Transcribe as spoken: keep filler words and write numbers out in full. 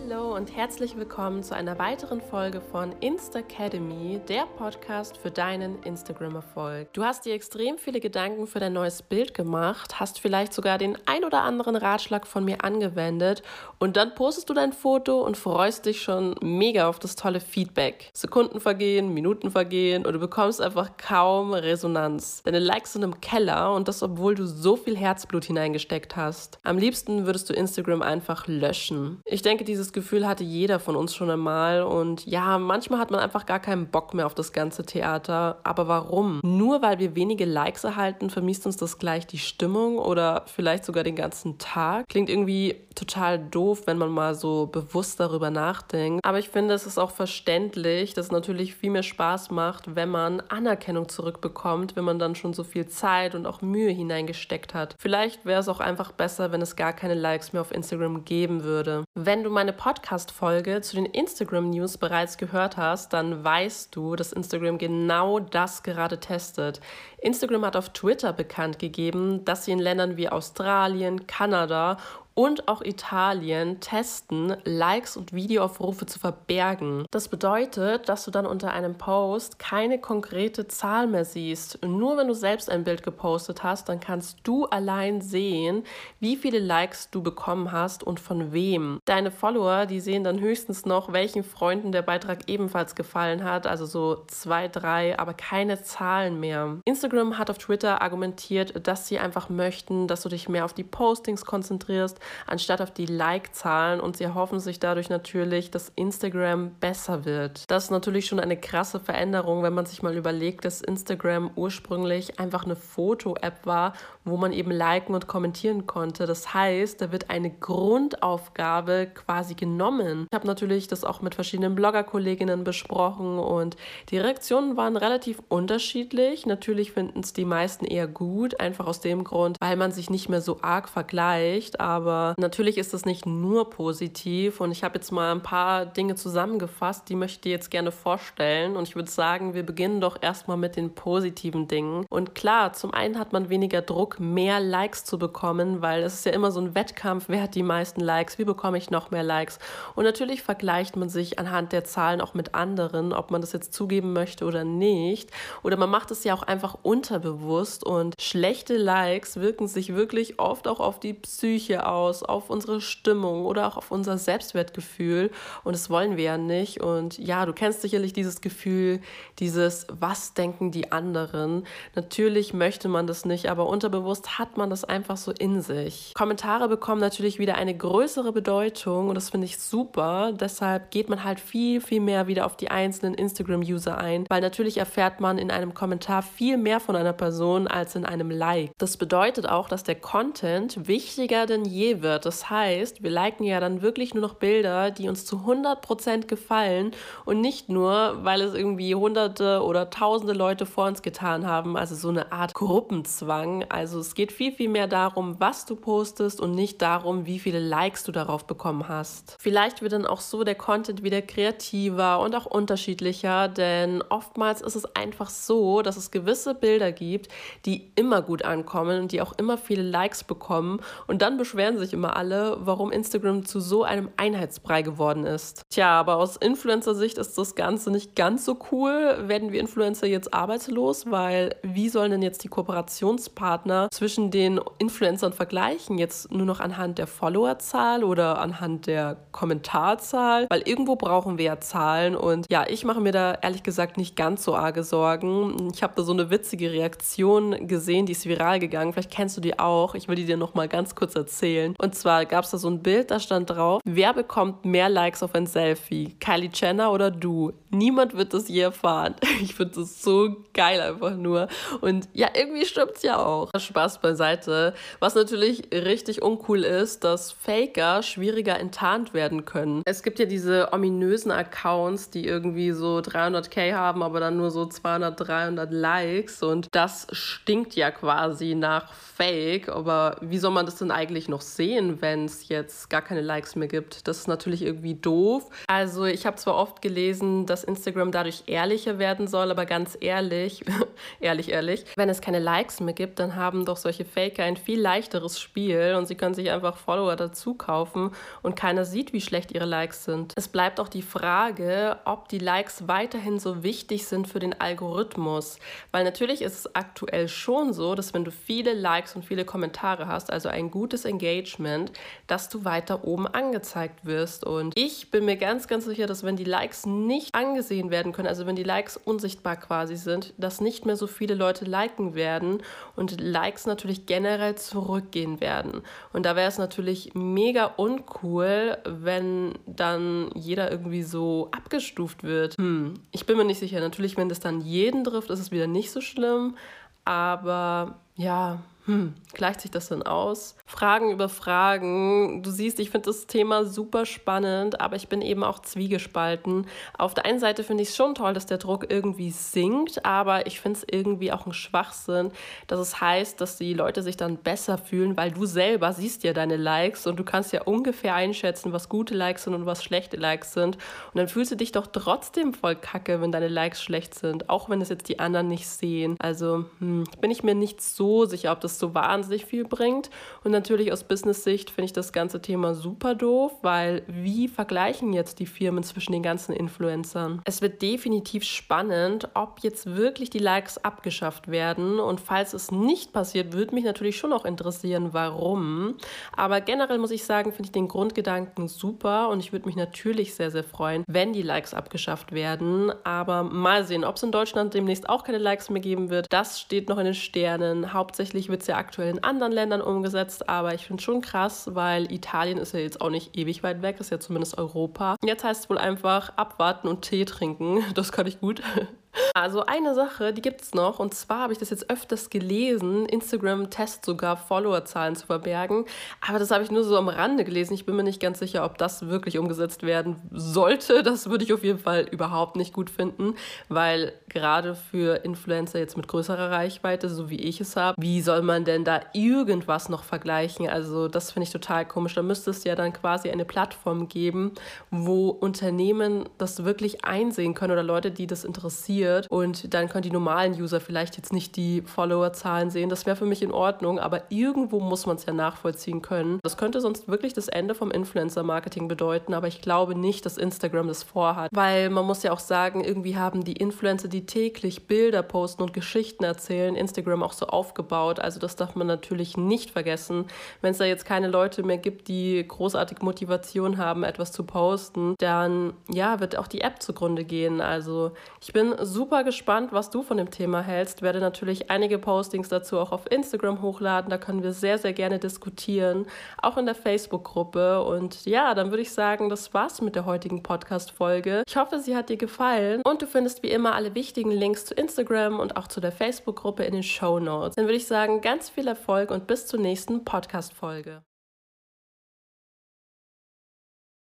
Hallo und herzlich willkommen zu einer weiteren Folge von Instacademy, der Podcast für deinen Instagram-Erfolg. Du hast dir extrem viele Gedanken für dein neues Bild gemacht, hast vielleicht sogar den ein oder anderen Ratschlag von mir angewendet und dann postest du dein Foto und freust dich schon mega auf das tolle Feedback. Sekunden vergehen, Minuten vergehen und du bekommst einfach kaum Resonanz. Deine Likes sind im Keller und das, obwohl du so viel Herzblut hineingesteckt hast. Am liebsten würdest du Instagram einfach löschen. Ich denke, dieses Gefühl hatte jeder von uns schon einmal und ja, manchmal hat man einfach gar keinen Bock mehr auf das ganze Theater. Aber warum? Nur weil wir wenige Likes erhalten, vermisst uns das gleich die Stimmung oder vielleicht sogar den ganzen Tag? Klingt irgendwie total doof, wenn man mal so bewusst darüber nachdenkt. Aber ich finde, es ist auch verständlich, dass es natürlich viel mehr Spaß macht, wenn man Anerkennung zurückbekommt, wenn man dann schon so viel Zeit und auch Mühe hineingesteckt hat. Vielleicht wäre es auch einfach besser, wenn es gar keine Likes mehr auf Instagram geben würde. Wenn du meine Podcast-Folge zu den Instagram-News bereits gehört hast, dann weißt du, dass Instagram genau das gerade testet. Instagram hat auf Twitter bekannt gegeben, dass sie in Ländern wie Australien, Kanada und auch Italien testen, Likes und Videoaufrufe zu verbergen. Das bedeutet, dass du dann unter einem Post keine konkrete Zahl mehr siehst. Nur wenn du selbst ein Bild gepostet hast, dann kannst du allein sehen, wie viele Likes du bekommen hast und von wem. Deine Follower, die sehen dann höchstens noch, welchen Freunden der Beitrag ebenfalls gefallen hat, also so zwei, drei, aber keine Zahlen mehr. Instagram hat auf Twitter argumentiert, dass sie einfach möchten, dass du dich mehr auf die Postings konzentrierst, anstatt auf die Like-Zahlen, und sie erhoffen sich dadurch natürlich, dass Instagram besser wird. Das ist natürlich schon eine krasse Veränderung, wenn man sich mal überlegt, dass Instagram ursprünglich einfach eine Foto-App war, wo man eben liken und kommentieren konnte. Das heißt, da wird eine Grundaufgabe quasi genommen. Ich habe natürlich das auch mit verschiedenen Blogger-Kolleginnen besprochen und die Reaktionen waren relativ unterschiedlich. Natürlich finden es die meisten eher gut, einfach aus dem Grund, weil man sich nicht mehr so arg vergleicht, aber natürlich ist das nicht nur positiv und ich habe jetzt mal ein paar Dinge zusammengefasst, die möchte ich dir jetzt gerne vorstellen und ich würde sagen, wir beginnen doch erstmal mit den positiven Dingen. Und klar, zum einen hat man weniger Druck, mehr Likes zu bekommen, weil es ist ja immer so ein Wettkampf, wer hat die meisten Likes, wie bekomme ich noch mehr Likes? Und natürlich vergleicht man sich anhand der Zahlen auch mit anderen, ob man das jetzt zugeben möchte oder nicht. Oder man macht es ja auch einfach unterbewusst und schlechte Likes wirken sich wirklich oft auch auf die Psyche aus, auf unsere Stimmung oder auch auf unser Selbstwertgefühl und das wollen wir ja nicht. Und ja, du kennst sicherlich dieses Gefühl, dieses was denken die anderen? Natürlich möchte man das nicht, aber unterbewusst hat man das einfach so in sich. Kommentare bekommen natürlich wieder eine größere Bedeutung und das finde ich super. Deshalb geht man halt viel, viel mehr wieder auf die einzelnen Instagram-User ein, weil natürlich erfährt man in einem Kommentar viel mehr von einer Person als in einem Like. Das bedeutet auch, dass der Content wichtiger denn je wird. Das heißt, wir liken ja dann wirklich nur noch Bilder, die uns zu hundert Prozent gefallen und nicht nur, weil es irgendwie hunderte oder tausende Leute vor uns getan haben, also so eine Art Gruppenzwang. Also es geht viel, viel mehr darum, was du postest und nicht darum, wie viele Likes du darauf bekommen hast. Vielleicht wird dann auch so der Content wieder kreativer und auch unterschiedlicher, denn oftmals ist es einfach so, dass es gewisse Bilder gibt, die immer gut ankommen und die auch immer viele Likes bekommen und dann beschweren sich immer alle, warum Instagram zu so einem Einheitsbrei geworden ist. Tja, aber aus Influencer-Sicht ist das Ganze nicht ganz so cool. Werden wir Influencer jetzt arbeitslos? Weil wie sollen denn jetzt die Kooperationspartner zwischen den Influencern vergleichen? Jetzt nur noch anhand der Followerzahl oder anhand der Kommentarzahl? Weil irgendwo brauchen wir ja Zahlen und ja, ich mache mir da ehrlich gesagt nicht ganz so arge Sorgen. Ich habe da so eine witzige Reaktion gesehen, die ist viral gegangen. Vielleicht kennst du die auch. Ich will die dir noch mal ganz kurz erzählen. Und zwar gab es da so ein Bild, da stand drauf, wer bekommt mehr Likes auf ein Selfie? Kylie Jenner oder du? Niemand wird das je erfahren. Ich finde das so geil einfach nur. Und ja, irgendwie stimmt's ja auch. Spaß beiseite. Was natürlich richtig uncool ist, dass Faker schwieriger enttarnt werden können. Es gibt ja diese ominösen Accounts, die irgendwie so dreihunderttausend haben, aber dann nur so zweihundert, dreihundert Likes und das stinkt ja quasi nach Fake. Aber wie soll man das denn eigentlich noch sehen, wenn es jetzt gar keine Likes mehr gibt. Das ist natürlich irgendwie doof. Also ich habe zwar oft gelesen, dass Instagram dadurch ehrlicher werden soll, aber ganz ehrlich, ehrlich, ehrlich, wenn es keine Likes mehr gibt, dann haben doch solche Faker ein viel leichteres Spiel und sie können sich einfach Follower dazu kaufen und keiner sieht, wie schlecht ihre Likes sind. Es bleibt auch die Frage, ob die Likes weiterhin so wichtig sind für den Algorithmus. Weil natürlich ist es aktuell schon so, dass wenn du viele Likes und viele Kommentare hast, also ein gutes Engagement, dass du weiter oben angezeigt wirst. Und ich bin mir ganz, ganz sicher, dass wenn die Likes nicht angesehen werden können, also wenn die Likes unsichtbar quasi sind, dass nicht mehr so viele Leute liken werden und Likes natürlich generell zurückgehen werden. Und da wäre es natürlich mega uncool, wenn dann jeder irgendwie so abgestuft wird. Hm, ich bin mir nicht sicher. Natürlich, wenn das dann jeden trifft, ist es wieder nicht so schlimm. Aber ja, hm, gleicht sich das denn aus? Fragen über Fragen. Du siehst, ich finde das Thema super spannend, aber ich bin eben auch zwiegespalten. Auf der einen Seite finde ich es schon toll, dass der Druck irgendwie sinkt, aber ich finde es irgendwie auch ein Schwachsinn, dass es heißt, dass die Leute sich dann besser fühlen, weil du selber siehst ja deine Likes und du kannst ja ungefähr einschätzen, was gute Likes sind und was schlechte Likes sind. Und dann fühlst du dich doch trotzdem voll kacke, wenn deine Likes schlecht sind, auch wenn es jetzt die anderen nicht sehen. Also hm, bin ich mir nicht so sicher, ob das so wahnsinnig viel bringt. Und natürlich aus Business-Sicht finde ich das ganze Thema super doof, weil wie vergleichen jetzt die Firmen zwischen den ganzen Influencern? Es wird definitiv spannend, ob jetzt wirklich die Likes abgeschafft werden. Und falls es nicht passiert, würde mich natürlich schon auch interessieren, warum. Aber generell muss ich sagen, finde ich den Grundgedanken super und ich würde mich natürlich sehr, sehr freuen, wenn die Likes abgeschafft werden. Aber mal sehen, ob es in Deutschland demnächst auch keine Likes mehr geben wird. Das steht noch in den Sternen. Hauptsächlich wird es ja aktuell in anderen Ländern umgesetzt, aber ich finde es schon krass, weil Italien ist ja jetzt auch nicht ewig weit weg, ist ja zumindest Europa. Jetzt heißt es wohl einfach abwarten und Tee trinken. Das kann ich gut. Also eine Sache, die gibt es noch, und zwar habe ich das jetzt öfters gelesen, Instagram testet sogar Followerzahlen zu verbergen, aber das habe ich nur so am Rande gelesen. Ich bin mir nicht ganz sicher, ob das wirklich umgesetzt werden sollte. Das würde ich auf jeden Fall überhaupt nicht gut finden, weil gerade für Influencer jetzt mit größerer Reichweite, so wie ich es habe, wie soll man denn da irgendwas noch vergleichen? Also das finde ich total komisch. Da müsste es ja dann quasi eine Plattform geben, wo Unternehmen das wirklich einsehen können oder Leute, die das interessieren. Und dann können die normalen User vielleicht jetzt nicht die Followerzahlen sehen. Das wäre für mich in Ordnung, aber irgendwo muss man es ja nachvollziehen können. Das könnte sonst wirklich das Ende vom Influencer-Marketing bedeuten, aber ich glaube nicht, dass Instagram das vorhat. Weil man muss ja auch sagen, irgendwie haben die Influencer, die täglich Bilder posten und Geschichten erzählen, Instagram auch so aufgebaut. Also das darf man natürlich nicht vergessen. Wenn es da jetzt keine Leute mehr gibt, die großartig Motivation haben, etwas zu posten, dann ja, wird auch die App zugrunde gehen. Also ich bin super gespannt, was du von dem Thema hältst. Werde natürlich einige Postings dazu auch auf Instagram hochladen. Da können wir sehr, sehr gerne diskutieren. Auch in der Facebook-Gruppe. Und ja, dann würde ich sagen, das war's mit der heutigen Podcast-Folge. Ich hoffe, sie hat dir gefallen. Und du findest wie immer alle wichtigen Links zu Instagram und auch zu der Facebook-Gruppe in den Shownotes. Dann würde ich sagen, ganz viel Erfolg und bis zur nächsten Podcast-Folge.